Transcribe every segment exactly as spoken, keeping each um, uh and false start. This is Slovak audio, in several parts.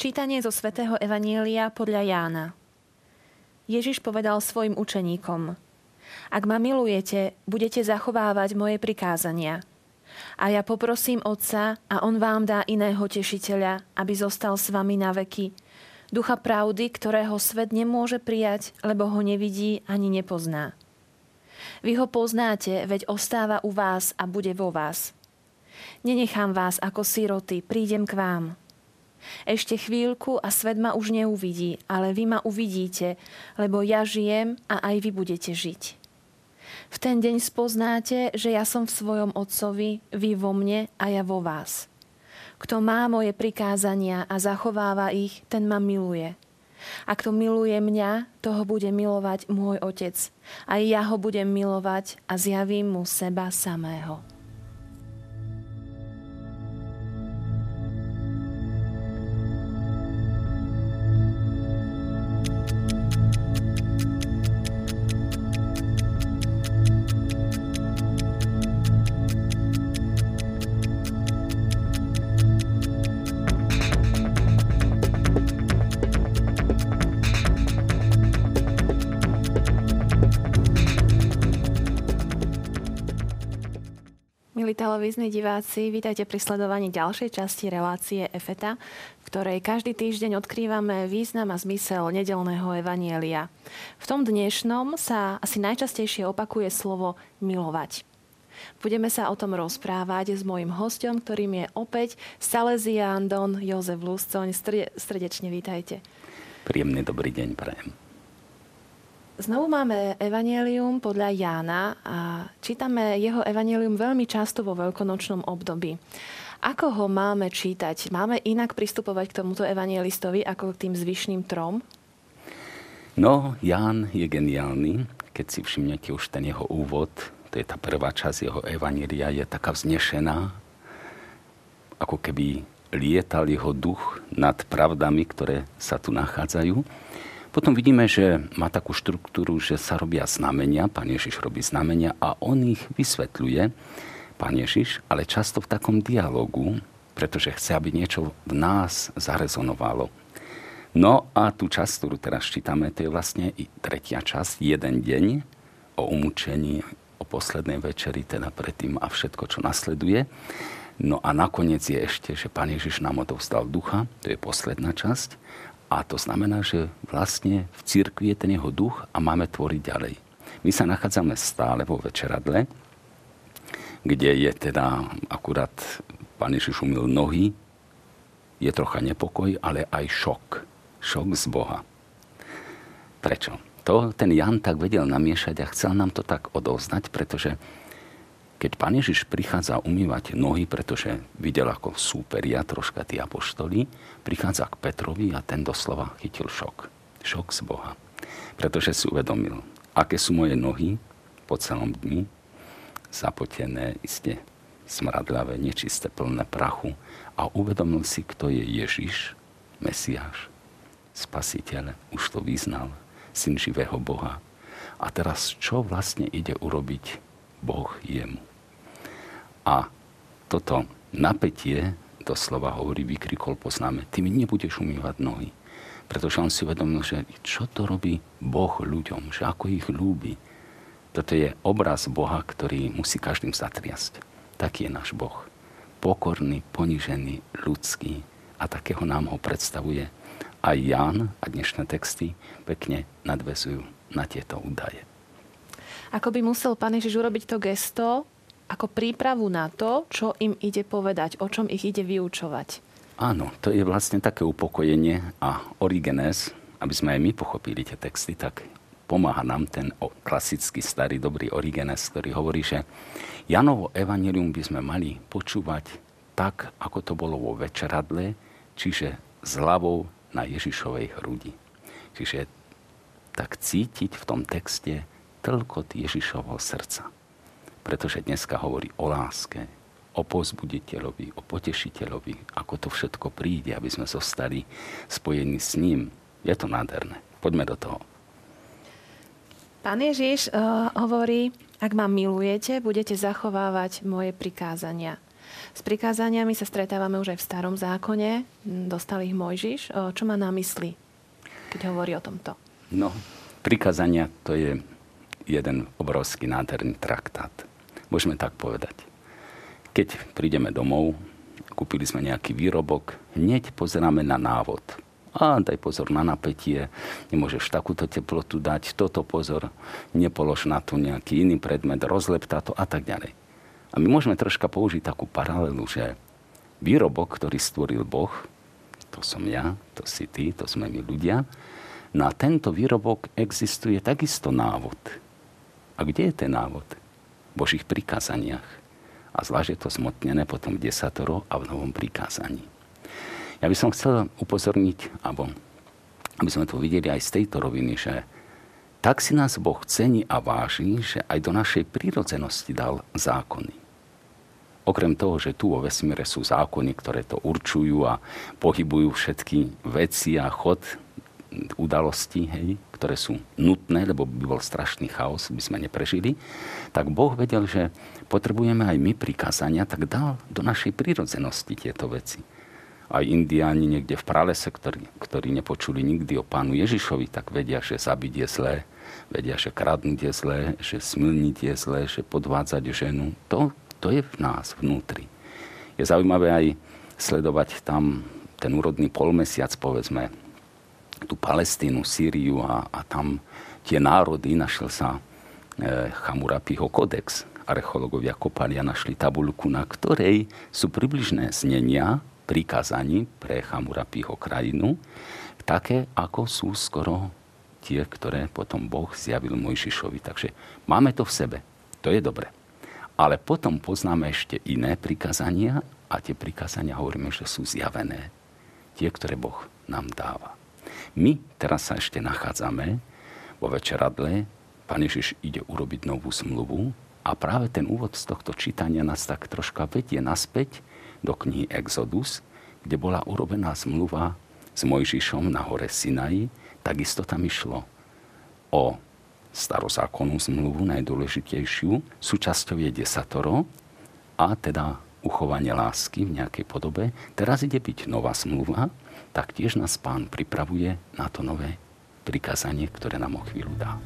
Čítanie zo svätého Evanjelia podľa Jána. Ježiš povedal svojim učeníkom: Ak ma milujete, budete zachovávať moje prikázania. A ja poprosím Otca, a on vám dá iného tešiteľa, aby zostal s vami na veky, ducha pravdy, ktorého svet nemôže prijať, lebo ho nevidí ani nepozná. Vy ho poznáte, veď ostáva u vás a bude vo vás. Nenechám vás ako siroty, prídem k vám. Ešte chvíľku a svet ma už neuvidí, ale vy ma uvidíte, lebo ja žijem a aj vy budete žiť. V ten deň spoznáte, že ja som v svojom Otcovi, vy vo mne a ja vo vás. Kto má moje prikázania a zachováva ich, ten ma miluje. A kto miluje mňa, toho bude milovať môj Otec. A ja ho budem milovať a zjavím mu seba samého. Milí televízni diváci, vítajte pri sledovaní ďalšej časti relácie Efeta, v ktorej každý týždeň odkrývame význam a zmysel nedeľného evanjelia. V tom dnešnom sa asi najčastejšie opakuje slovo milovať. Budeme sa o tom rozprávať s mojím hosťom, ktorým je opäť Salesián Don Jozef Luscoň. Srdečne vítajte. Príjemný dobrý deň prajem. Znovu máme evanjelium podľa Jána a čítame jeho evanjelium veľmi často vo veľkonočnom období. Ako ho máme čítať? Máme inak pristupovať k tomuto evanjelistovi ako k tým zvyšným trom? No, Ján je geniálny. Keď si všimnete už ten jeho úvod, to je tá prvá časť jeho evanjelia, je taká vznešená, ako keby lietal jeho duch nad pravdami, ktoré sa tu nachádzajú. Potom vidíme, že má takú štruktúru, že sa robia znamenia, Pán Ježiš robí znamenia a on ich vysvetľuje, Pán Ježiš, ale často v takom dialogu, pretože chce, aby niečo v nás zarezonovalo. No a tú časť, ktorú teraz čítame, to je vlastne i tretia časť, jeden deň o umúčení, o poslednej večeri, teda predtým a všetko, čo nasleduje. No a nakoniec je ešte, že Pán Ježiš nám odovzdal ducha, to je posledná časť. A to znamená, že vlastne v cirkvi je ten jeho duch a máme tvoriť ďalej. My sa nachádzame stále vo večeradle, kde je teda akurát Pán Ježiš umyl nohy, je trocha nepokoj, ale aj šok. Šok z Boha. Prečo? To ten Ján tak vedel namiešať a chcel nám to tak odovzdať, pretože keď Pán Ježiš prichádza umývať nohy, pretože videl, ako súperia troška tí apoštoli, prichádza k Petrovi a ten doslova chytil šok. Šok z Boha. Pretože si uvedomil, aké sú moje nohy po celom dni, zapotené, iste smradľavé, nečisté, plné prachu. A uvedomil si, kto je Ježiš, Mesiáš, Spasiteľ, už to vyznal, Syn živého Boha. A teraz čo vlastne ide urobiť Boh jemu? A toto napätie, doslova hovorí, vykrikol poznáme, ty mi nebudeš umývať nohy. Pretože on si uvedomil, že čo to robí Boh ľuďom, že ako ich ľúbi. Toto je obraz Boha, ktorý musí každým zatriasť. Taký je náš Boh. Pokorný, ponížený, ľudský. A takého nám ho predstavuje aj Ján a dnešné texty pekne nadväzujú na tieto údaje. Ako by musel Pán Ježiš urobiť to gesto ako prípravu na to, čo im ide povedať, o čom ich ide vyučovať. Áno, to je vlastne také upokojenie a Origenes, aby sme aj my pochopili tie texty, tak pomáha nám ten klasický starý dobrý Origenes, ktorý hovorí, že Jánovo evanjelium by sme mali počúvať tak, ako to bolo vo večeradle, čiže s hlavou na Ježišovej hrudi. Čiže tak cítiť v tom texte tlkot Ježišovho srdca. Pretože dneska hovorí o láske, o povzbuditeľovi, o potešiteľovi, ako to všetko príde, aby sme zostali spojení s ním. Je to nádherné. Poďme do toho. Pán Ježiš uh, hovorí, ak ma milujete, budete zachovávať moje prikázania. S prikázaniami sa stretávame už aj v starom zákone. Dostal ich Mojžiš. Čo má na mysli, keď hovorí o tomto? No, prikázania to je jeden obrovský nádherný traktát. Môžeme tak povedať. Keď prídeme domov, kúpili sme nejaký výrobok, hneď pozeráme na návod. A daj pozor na napätie, nemôžeš takúto teplotu dať, toto pozor, nepolož na to nejaký iný predmet, rozlep táto a tak ďalej. A my môžeme troška použiť takú paralelu, že výrobok, ktorý stvoril Boh, to som ja, to si ty, to sme my ľudia, na tento výrobok existuje takisto návod. A kde je ten návod? V Božích prikázaniach. A zvlášť je to zmotnené potom v desatoro a v novom prikázaní. Ja by som chcel upozorniť, alebo aby sme to videli aj z tejto roviny, že tak si nás Boh cení a váži, že aj do našej prírodzenosti dal zákony. Okrem toho, že tu vo vesmíre sú zákony, ktoré to určujú a pohybujú všetky veci a chod udalosti, hej, ktoré sú nutné, lebo by bol strašný chaos, by sme neprežili, tak Boh vedel, že potrebujeme aj my prikázania, tak dal do našej prírodzenosti tieto veci. Aj indiáni niekde v pralese, ktorí, ktorí nepočuli nikdy o Pánu Ježišovi, tak vedia, že zabiť je zlé, vedia, že kradnúť je zlé, že smilniť je zlé, že podvádzať ženu. To, to je v nás, vnútri. Je zaujímavé aj sledovať tam ten úrodný polmesiac, povedzme, tú Palestínu, Sýriu a, a tam tie národy, našiel sa e, Hammurapiho kodex. Archeológovia kopali a našli tabuľku, na ktorej sú približné znenia prikázaní pre Hammurapiho krajinu, také ako sú skoro tie, ktoré potom Boh zjavil Mojžišovi. Takže máme to v sebe. To je dobre. Ale potom poznáme ešte iné prikázania a tie prikázania hovoríme, že sú zjavené. Tie, ktoré Boh nám dáva. My teraz sa ešte nachádzame vo večeradle. Pán Ježiš ide urobiť novú zmluvu a práve ten úvod z tohto čítania nás tak troška vedie naspäť do knihy Exodus, kde bola urobená zmluva s Mojžišom na hore Sinai. Takisto tam išlo o starozákonnú zmluvu, najdôležitejšiu. Súčasťou je desatoro a teda uchovanie lásky v nejakej podobe. Teraz ide byť nová zmluva, tak tiež nás Pán pripravuje na to nové prikázanie, ktoré nám o chvíľu dá.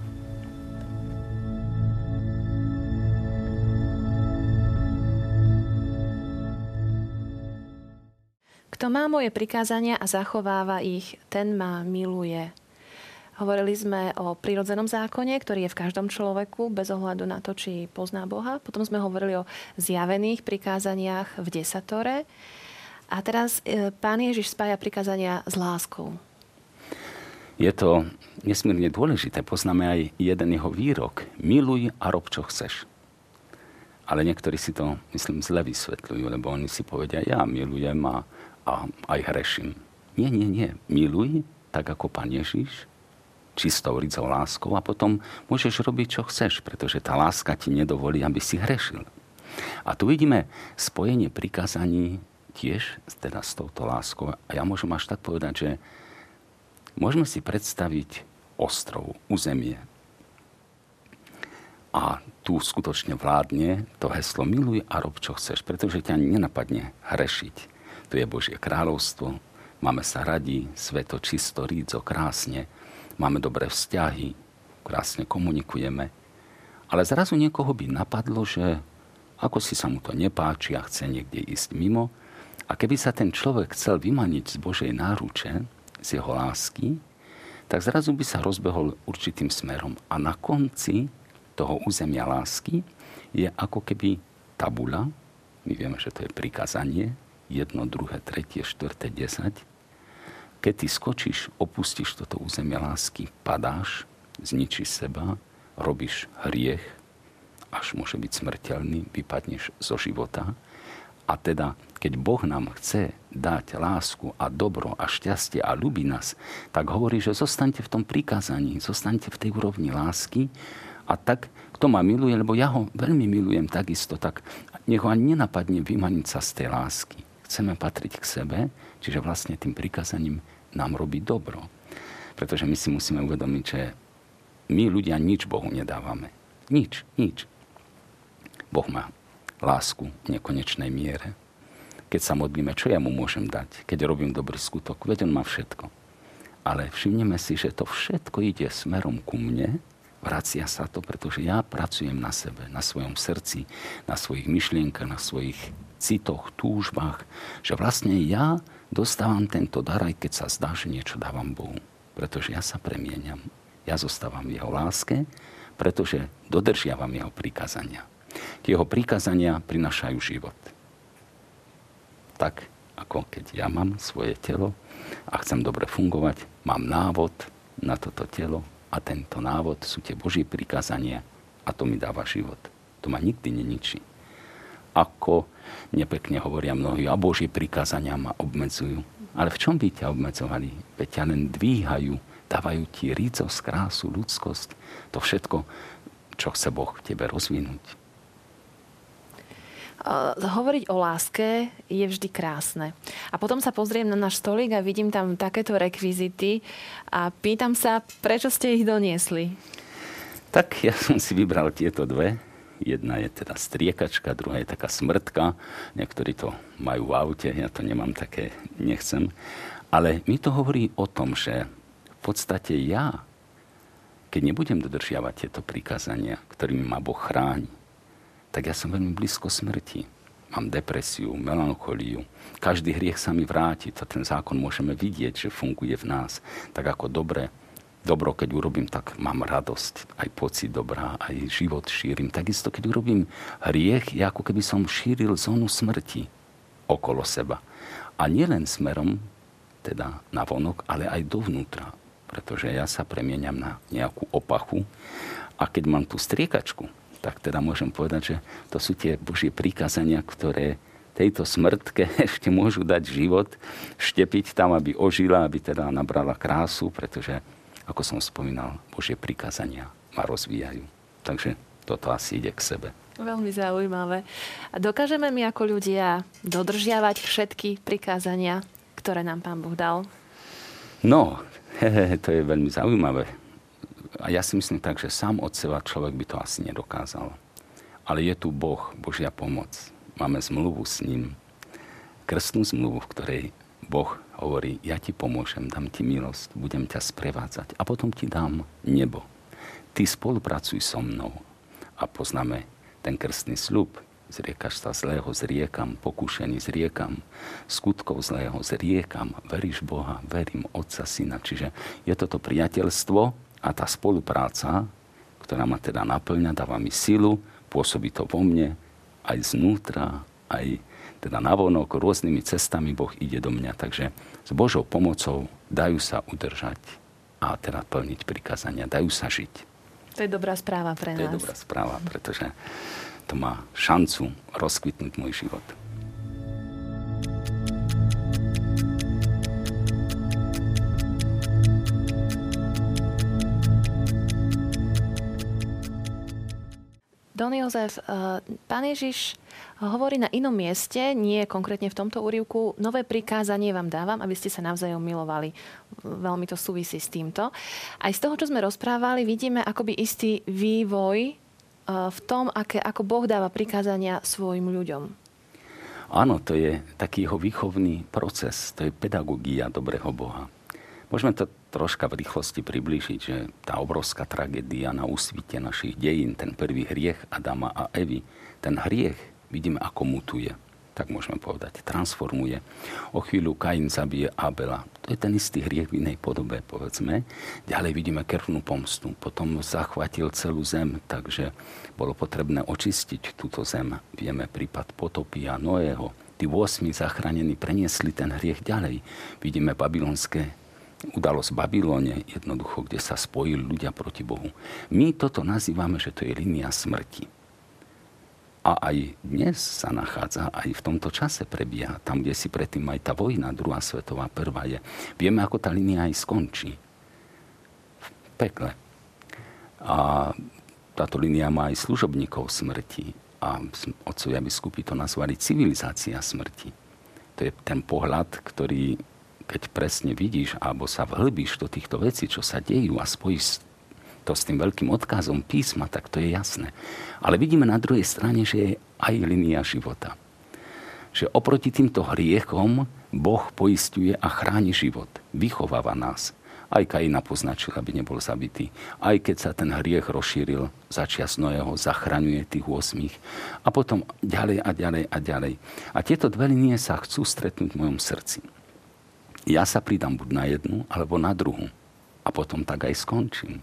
Kto má moje prikázania a zachováva ich, ten ma miluje. Hovorili sme o prírodzenom zákone, ktorý je v každom človeku, bez ohľadu na to, či pozná Boha. Potom sme hovorili o zjavených prikázaniach v desatore. A teraz Pán Ježiš spája prikázania s láskou. Je to nesmierne dôležité. Poznáme aj jeden jeho výrok. Miluj a rob, čo chceš. Ale niektorí si to, myslím, zle vysvetľujú, lebo oni si povedia, ja milujem a, a aj hreším. Nie, nie, nie. Miluj, tak ako Pán Ježiš, čistou rydzou láskou a potom môžeš robiť, čo chceš, pretože tá láska ti nedovolí, aby si hrešil. A tu vidíme spojenie prikázaní tiež teda s touto láskou. A ja môžem až tak povedať, že môžeme si predstaviť ostrov, územie. A tu skutočne vládne to heslo miluj a rob, čo chceš, pretože ťa nenapadne hrešiť. Tu je Božie kráľovstvo, máme sa radi, sveto, čisto, rídzo, krásne, máme dobré vzťahy, krásne komunikujeme. Ale zrazu niekoho by napadlo, že ako si sa mu to nepáči a chce niekde ísť mimo. A keby sa ten človek chcel vymaniť z Božej náruče, z jeho lásky, tak zrazu by sa rozbehol určitým smerom. A na konci toho územia lásky je ako keby tabuľa. My vieme, že to je prikázanie. Jedno, druhé, tretie, štvrté, desať. Keď ty skočíš, opustíš toto územie lásky, padáš, zničíš seba, robíš hriech, až môže byť smrteľný, vypadneš zo života. A teda, keď Boh nám chce dať lásku a dobro a šťastie a ľubí nás, tak hovorí, že zostaňte v tom prikázaní, zostaňte v tej úrovni lásky a tak, kto ma miluje, lebo ja ho veľmi milujem takisto, tak nech ho ani nenapadne vymaniť sa z tej lásky. Chceme patriť k sebe, čiže vlastne tým prikázaním nám robí dobro. Pretože my si musíme uvedomiť, že my ľudia nič Bohu nedávame. Nič, nič. Boh má lásku v nekonečnej miere. Keď sa modlíme, čo ja mu môžem dať? Keď robím dobrý skutok, veď on má všetko. Ale všimneme si, že to všetko ide smerom ku mne, vracia sa to, pretože ja pracujem na sebe, na svojom srdci, na svojich myšlienkach, na svojich citoch, túžbách, že vlastne ja dostávam tento dar, aj keď sa zdá, že niečo dávam Bohu. Pretože ja sa premieňam. Ja zostávam v jeho láske, pretože dodržiavam jeho prikázania. Tie jeho prikázania prinášajú život. Tak, ako keď ja mám svoje telo a chcem dobre fungovať, mám návod na toto telo a tento návod sú tie Božie prikázania a to mi dáva život. To ma nikdy neničí. Ako nepekne hovoria mnohí, a Božie prikázania ma obmedzujú. Ale v čom by ťa obmedzovali? Veď ťa len dvíhajú, dávajú ti rídzosť, krásu, ľudskosť. To všetko, čo chce Boh v tebe rozvinúť. Uh, hovoriť o láske je vždy krásne. A potom sa pozriem na náš stolík a vidím tam takéto rekvizity a pýtam sa, prečo ste ich doniesli? Tak ja som si vybral tieto dve. Jedna je teda striekačka, druhá je taká smrtka. Niektorí to majú v aute, ja to nemám také, nechcem. Ale mi to hovorí o tom, že v podstate ja, keď nebudem dodržiavať tieto prikázania, ktorými ma Boh chráni, tak ja som veľmi blízko smrti. Mám depresiu, melancholiu. Každý hriech sa mi vráti. To ten zákon môžeme vidieť, že funguje v nás. Tak ako dobre, dobro, keď urobím, tak mám radosť, aj pocit dobrá, aj život šírim. Takisto, keď urobím hriech, je ako keby som šíril zónu smrti okolo seba. A nielen smerom, teda na vonok, ale aj dovnútra. Pretože ja sa premieňam na nejakú opachu. A keď mám tú striekačku, tak teda môžem povedať, že to sú tie Božie prikázania, ktoré tejto smrtke ešte môžu dať život, štepiť tam, aby ožila, aby teda nabrala krásu, pretože, ako som spomínal, Božie prikázania ma rozvíjajú. Takže toto asi ide k sebe. Veľmi zaujímavé. A dokážeme my ako ľudia dodržiavať všetky prikázania, ktoré nám Pán Boh dal? No, hehe, to je veľmi zaujímavé. A ja si myslím tak, že sám od seba človek by to asi nedokázal. Ale je tu Boh, Božia pomoc. Máme zmluvu s ním. Krstnú zmluvu, v ktorej Boh hovorí, ja ti pomôžem, dám ti milosť, budem ťa sprevádzať a potom ti dám nebo. Ty spolupracuj so mnou. A poznáme ten krstný sľub. Zriekaš sa zlého, zriekam, pokúšený zriekam, skutkov zlého zriekam, veríš Boha, verím Otca, Syna. Čiže je toto priateľstvo a tá spolupráca, ktorá ma teda naplňa, dáva mi silu, pôsobí to vo mne, aj znútra, aj teda navonok, rôznymi cestami Boh ide do mňa. Takže s Božou pomocou dajú sa udržať a teda plniť prikázania, dajú sa žiť. To je dobrá správa pre nás. To je dobrá správa, pretože to má šancu rozkvitnúť môj život. Don Jozef, Pán Ježiš hovorí na inom mieste, nie konkrétne v tomto úryvku, nové prikázanie vám dávam, aby ste sa navzájom milovali. Veľmi to súvisí s týmto. Aj z toho, čo sme rozprávali, vidíme akoby istý vývoj v tom, aké, ako Boh dáva prikázania svojim ľuďom. Áno, to je taký jeho výchovný proces. To je pedagógia dobrého Boha. Môžeme to troška v rýchlosti priblížiť, že tá obrovská tragédia na úsvite našich dejín, ten prvý hriech Adama a Evy, ten hriech vidíme, ako mutuje. Tak môžeme povedať, transformuje. O chvíľu Kain zabije Abela. To je ten istý hriech v inej podobe, povedzme. Ďalej vidíme krvnú pomstu. Potom zachvátil celú zem, takže bolo potrebné očistiť túto zem. Vieme prípad potopy a Noého. Tí osmi zachránení preniesli ten hriech ďalej. Vidíme babylonské udalosť v Babylone, jednoducho, kde sa spojili ľudia proti Bohu. My toto nazývame, že to je línia smrti. A aj dnes sa nachádza, aj v tomto čase prebieha. Tam, kde si predtým aj tá vojna, druhá svetová, prvá je. Vieme, ako tá línia aj skončí. V pekle. A táto línia má aj služobníkov smrti. A otcovia biskupy to nazvali civilizácia smrti. To je ten pohľad, ktorý, keď presne vidíš, alebo sa vhlbíš do týchto vecí, čo sa dejú a spojíš to s tým veľkým odkazom písma, tak to je jasné. Ale vidíme na druhej strane, že je aj línia života. Že oproti týmto hriechom Boh poisťuje a chráni život. Vychováva nás. Aj Kaina poznačil, aby nebol zabitý. Aj keď sa ten hriech rozšíril za čias Noého, zachraňuje tých osmých. A potom ďalej a ďalej a ďalej. A tieto dve linie sa chcú stretnúť v mojom srdci. Ja sa pridám buď na jednu, alebo na druhú. A potom tak aj skončím.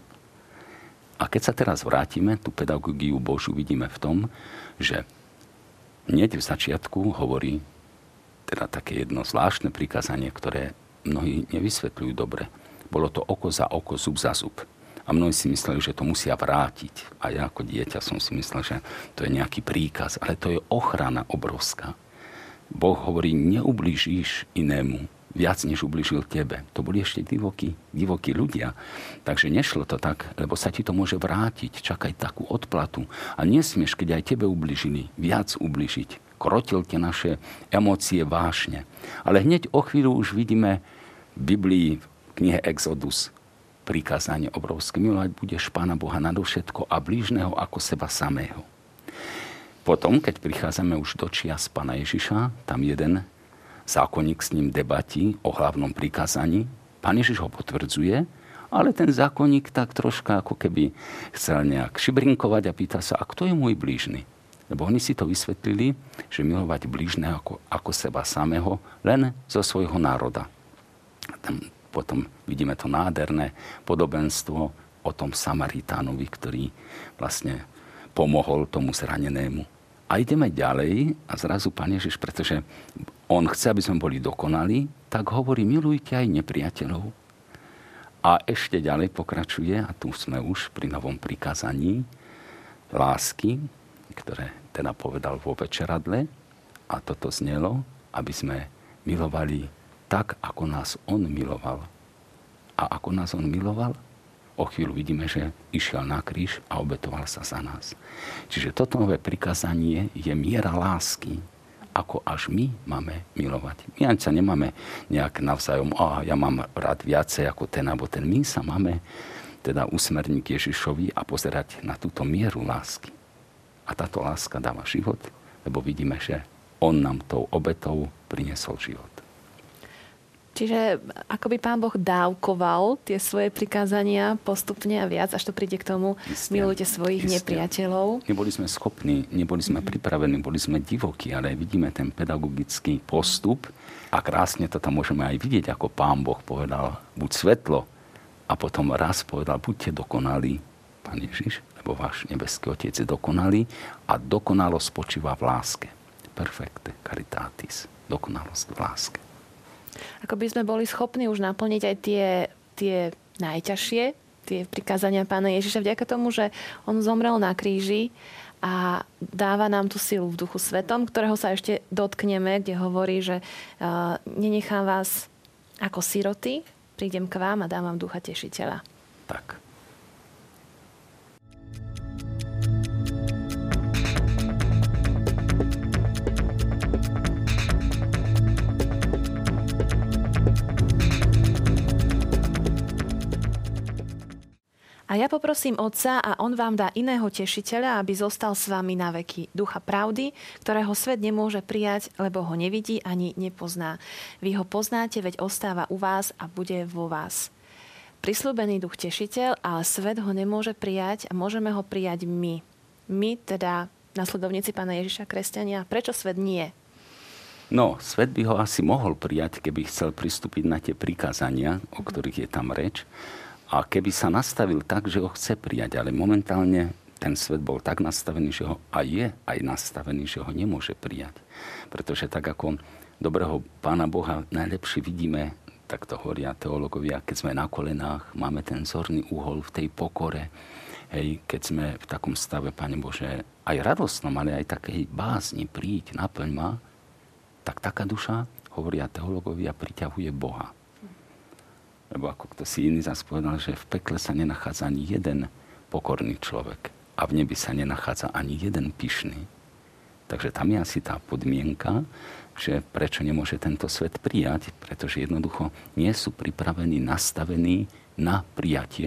A keď sa teraz vrátime, tú pedagogiu Božiu vidíme v tom, že hneď v začiatku hovorí teda také jedno zvláštne prikázanie, ktoré mnohí nevysvetľujú dobre. Bolo to oko za oko, zub za zub. A mnohí si mysleli, že to musia vrátiť. A ja ako dieťa som si myslel, že to je nejaký príkaz. Ale to je ochrana obrovská. Boh hovorí, neublížíš inému viac, než ublížil tebe. To boli ešte divokí, divokí ľudia. Takže nešlo to tak, lebo sa ti to môže vrátiť. Čakaj takú odplatu. A nesmieš, keď aj tebe ublížili, viac ublížiť. Krotil tie naše emócie vášne. Ale hneď o chvíľu už vidíme v Biblii, v knihe Exodus, prikázanie obrovské. Milovať budeš Pána Boha nadovšetko a blížneho ako seba samého. Potom, keď prichádzame už do čias Pána Ježiša, tam jeden zákonník s ním debatí o hlavnom prikázaní. Pán Ježiš ho potvrdzuje, ale ten zákonník tak troška ako keby chcel nejak šibrinkovať a pýta sa, a kto je môj blížny? Lebo oni si to vysvetlili, že milovať blížneho ako, ako seba samého len zo svojho národa. Tam potom vidíme to nádherné podobenstvo o tom Samaritánovi, ktorý vlastne pomohol tomu zranenému. A ideme ďalej a zrazu Pán Ježiš, pretože on chce, aby sme boli dokonali, tak hovorí, milujte aj nepriateľov. A ešte ďalej pokračuje, a tu sme už pri novom prikázaní lásky, ktoré teda povedal vo večeradle, a toto znelo, aby sme milovali tak, ako nás on miloval. A ako nás on miloval, o chvíľu vidíme, že išiel na kríž a obetoval sa za nás. Čiže toto nové prikázanie je miera lásky, ako až my máme milovať. My ani sa nemáme nejak navzájom, a ja mám rád viacej ako ten, alebo ten. My sa máme teda usmerniť k Ježišovi a pozerať na túto mieru lásky. A táto láska dáva život, lebo vidíme, že on nám tou obetou priniesol život. Čiže ako by Pán Boh dávkoval tie svoje prikázania postupne a viac, až to príde k tomu, isté, milujte svojich isté. nepriateľov. Neboli sme schopní, neboli sme mm-hmm. pripravení, boli sme divokí, ale vidíme ten pedagogický postup a krásne to tam môžeme aj vidieť, ako Pán Boh povedal, buď svetlo, a potom raz povedal, buďte dokonalí, Pán Ježiš, lebo váš nebeský Otec je dokonalý a dokonalosť spočíva v láske. Perfecte caritatis, dokonalosť v láske. Ako by sme boli schopní už naplniť aj tie, tie najťažšie, tie prikázania Pána Ježiša vďaka tomu, že on zomrel na kríži a dáva nám tú silu v Duchu Svetom, ktorého sa ešte dotkneme, kde hovorí, že uh, nenechám vás ako siroty, prídem k vám a dám vám Ducha Tešiteľa. Tak. A ja poprosím Otca a on vám dá iného tešiteľa, aby zostal s vami na veky. Ducha pravdy, ktorého svet nemôže prijať, lebo ho nevidí ani nepozná. Vy ho poznáte, veď ostáva u vás a bude vo vás. Prisľúbený duch tešiteľ, ale svet ho nemôže prijať a môžeme ho prijať my. My, teda nasledovníci Pána Ježiša, kresťania. Prečo svet nie? No, svet by ho asi mohol prijať, keby chcel pristúpiť na tie prikázania, o ktorých je tam reč. A keby sa nastavil tak, že ho chce prijať, ale momentálne ten svet bol tak nastavený, že ho a je aj nastavený, že ho nemôže prijať. Pretože tak ako dobrého Pána Boha najlepšie vidíme, tak to hovoria teológovia, keď sme na kolenách, máme ten zorný úhol v tej pokore. Hej, keď sme v takom stave, Pane Bože, aj radostnom, ale aj takej bázni, príď, naplň ma, tak taká duša, hovoria teológovia, priťahuje Boha. Lebo ako kto si iný zás povedal, že v pekle sa nenachádza ani jeden pokorný človek a v nebi sa nenachádza ani jeden pyšný. Takže tam je asi tá podmienka, že prečo nemôže tento svet prijať, pretože jednoducho nie sú pripravení, nastavení na prijatie,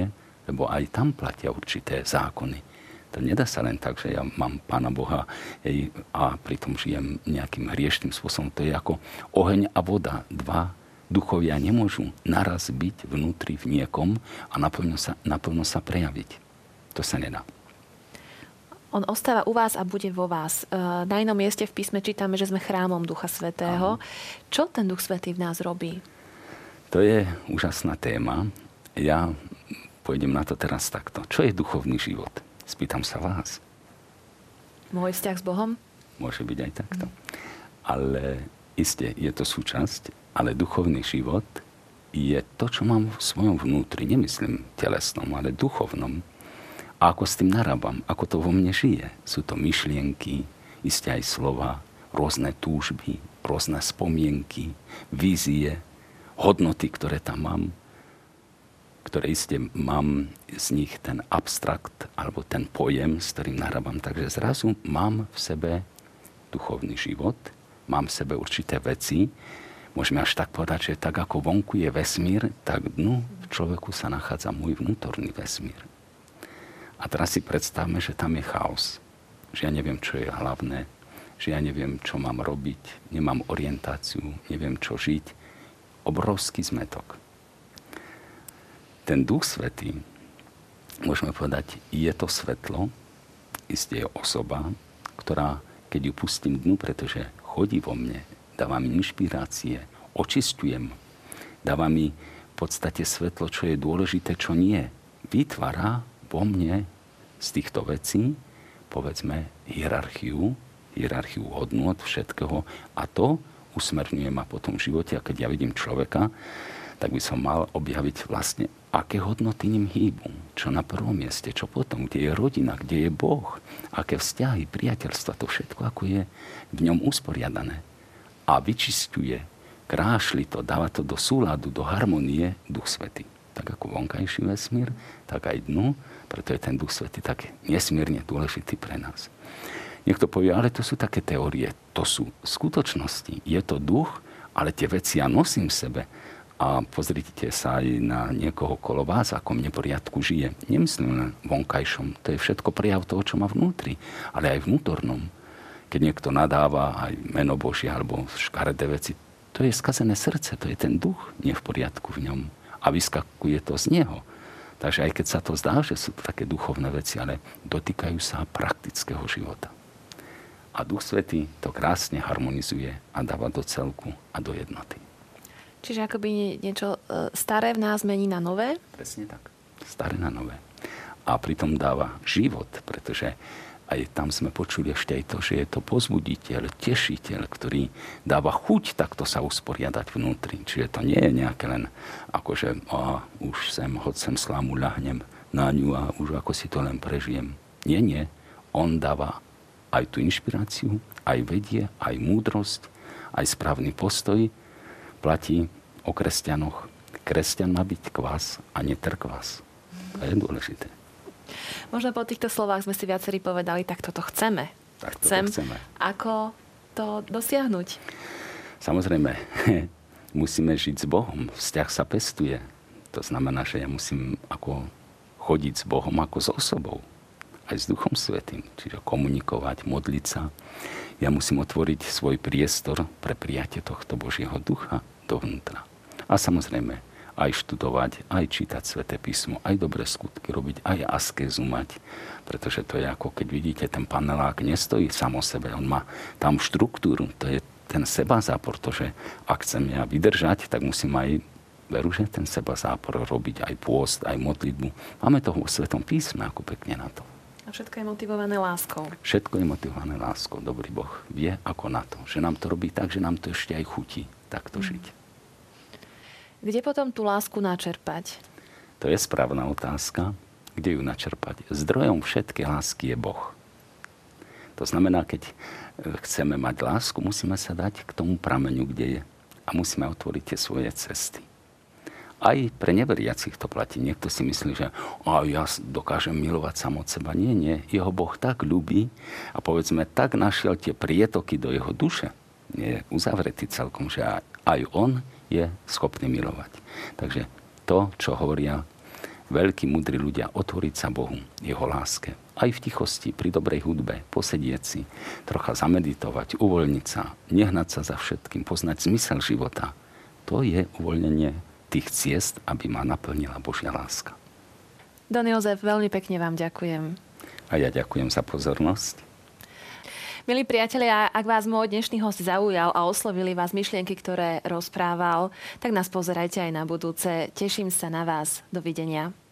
lebo aj tam platia určité zákony. To nedá sa len tak, že ja mám Pána Boha hej, a pritom žijem nejakým hriešným spôsobom. To je ako oheň a voda. Dva duchovia nemôžu naraz byť vnútri v niekom a naplno sa, naplno sa prejaviť. To sa nedá. On ostáva u vás a bude vo vás. Na inom mieste v písme čítame, že sme chrámom Ducha Svätého. Aha. Čo ten Duch Svätý v nás robí? To je úžasná téma. Ja pôjdem na to teraz takto. Čo je duchovný život? Spýtam sa vás. Môj vzťah s Bohom? Môže byť aj takto. Mm. Ale isté, je to súčasť, ale duchovný život je to, čo mám v svojom vnútri. Nemyslím telesnom, ale duchovnom. A ako s tým narábam, ako to vo mne žije. Sú to myšlienky, isté aj slova, rôzne túžby, rôzne spomienky, vízie, hodnoty, ktoré tam mám, ktoré isté mám z nich ten abstrakt alebo ten pojem, s ktorým narábam. Takže zrazu mám v sebe duchovný život, mám v sebe určité veci. Môžeme až tak povedať, že tak ako vonku je vesmír, tak dnu v človeku sa nachádza môj vnútorný vesmír. A teraz si predstavme, že tam je chaos. Že ja neviem, čo je hlavné, že ja neviem, čo mám robiť, nemám orientáciu, neviem, čo žiť. Obrovský zmetok. Ten Duch Svätý, môžeme povedať, je to svetlo, isté je osoba, ktorá, keď ju pustím dnu, pretože chodí vo mne, dáva mi inšpirácie, očisťujem, dáva mi v podstate svetlo, čo je dôležité, čo nie. Vytvára vo mne z týchto vecí, povedzme, hierarchiu, hierarchiu hodnôt všetkého a to usmerňuje ma potom v živote. A keď ja vidím človeka, tak by som mal objaviť vlastne, aké hodnoty ním hýbu. Čo na prvom mieste, čo potom, kde je rodina, kde je Boh, aké vzťahy, priateľstva, to všetko, ako je v ňom usporiadané. A vyčisťuje, krášli to, dáva to do súladu, do harmonie Duch Svätý. Tak ako vonkajší vesmír, tak aj dnu, preto je ten Duch Svätý tak nesmierne dôležitý pre nás. Niekto povie, ale to sú také teórie, to sú skutočnosti. Je to duch, ale tie veci ja nosím v sebe. A pozrite sa aj na niekoho okolo vás, ako v neporiadku žije. Nemyslím len vonkajšom. To je všetko prejav toho, čo má vnútri. Ale aj vnútornom. Keď niekto nadáva aj meno Božie alebo škaredé veci, to je skazené srdce, to je ten duch nie v poriadku v ňom. A vyskakuje to z neho. Takže aj keď sa to zdá, že sú to také duchovné veci, ale dotýkajú sa praktického života. A Duch Svätý to krásne harmonizuje a dáva do celku a do jednoty. Čiže akoby niečo staré v nás mení na nové? Presne tak. Staré na nové. A pritom dáva život, pretože aj tam sme počuli ešte aj to, že je to pozbuditeľ, tešiteľ, ktorý dáva chuť takto sa usporiadať vnútri. Čiže to nie je nejaké len akože a už sem, hoď sem slámu, ľahnem na ňu a už ako si to len prežijem. Nie, nie. On dáva aj tú inšpiráciu, aj vedie, aj múdrosť, aj správny postoj. Platí o kresťanoch. Kresťan má byť kvás a netrkvás. To je dôležité. Možno po týchto slovách sme si viacerí povedali, tak toto chceme. Tak toto Chcem. chceme. Ako to dosiahnuť? Samozrejme, musíme žiť s Bohom. Vzťah sa pestuje. To znamená, že ja musím ako chodiť s Bohom ako s osobou. Aj s Duchom Svätým. Čiže komunikovať, modliť sa. Ja musím otvoriť svoj priestor pre prijatie tohto Božieho ducha dovnútra. A samozrejme, aj študovať, aj čítať Sväté písmo, aj dobré skutky robiť, aj askézu mať. Pretože to je ako, keď vidíte, ten panelák nestojí sám o sebe. On má tam štruktúru. To je ten sebazápor. To, že ak chcem ja vydržať, tak musím aj, veru, že ten sebazápor robiť, aj pôst, aj modlitbu. Máme toho vo Svätom písme, ako pekne na to. A všetko je motivované láskou. Všetko je motivované láskou. Dobrý Boh vie ako na to. Že nám to robí tak, že nám to ešte aj chutí takto žiť. Kde potom tú lásku načerpať? To je správna otázka. Kde ju načerpať? Zdrojom všetkej lásky je Boh. To znamená, keď chceme mať lásku, musíme sa dať k tomu prameňu, kde je. A musíme otvoriť tie svoje cesty. Aj pre neveriacich to platí. Niekto si myslí, že oh, ja dokážem milovať sám od seba. Nie, nie. Jeho Boh tak ľubí a povedzme, tak našiel tie prietoky do jeho duše. Je uzavretý celkom, že aj on je schopný milovať. Takže to, čo hovoria veľkí, múdri ľudia, otvoriť sa Bohu, jeho láske. Aj v tichosti, pri dobrej hudbe, posedieť si, trocha zameditovať, uvoľniť sa, nehnať sa za všetkým, poznať zmysel života. To je uvoľnenie tých ciest, aby ma naplnila Božia láska. Don Jozef, veľmi pekne vám ďakujem. A ja ďakujem za pozornosť. Milí priatelia, ak vás môj dnešný host zaujal a oslovili vás myšlienky, ktoré rozprával, tak nás pozerajte aj na budúce. Teším sa na vás. Dovidenia.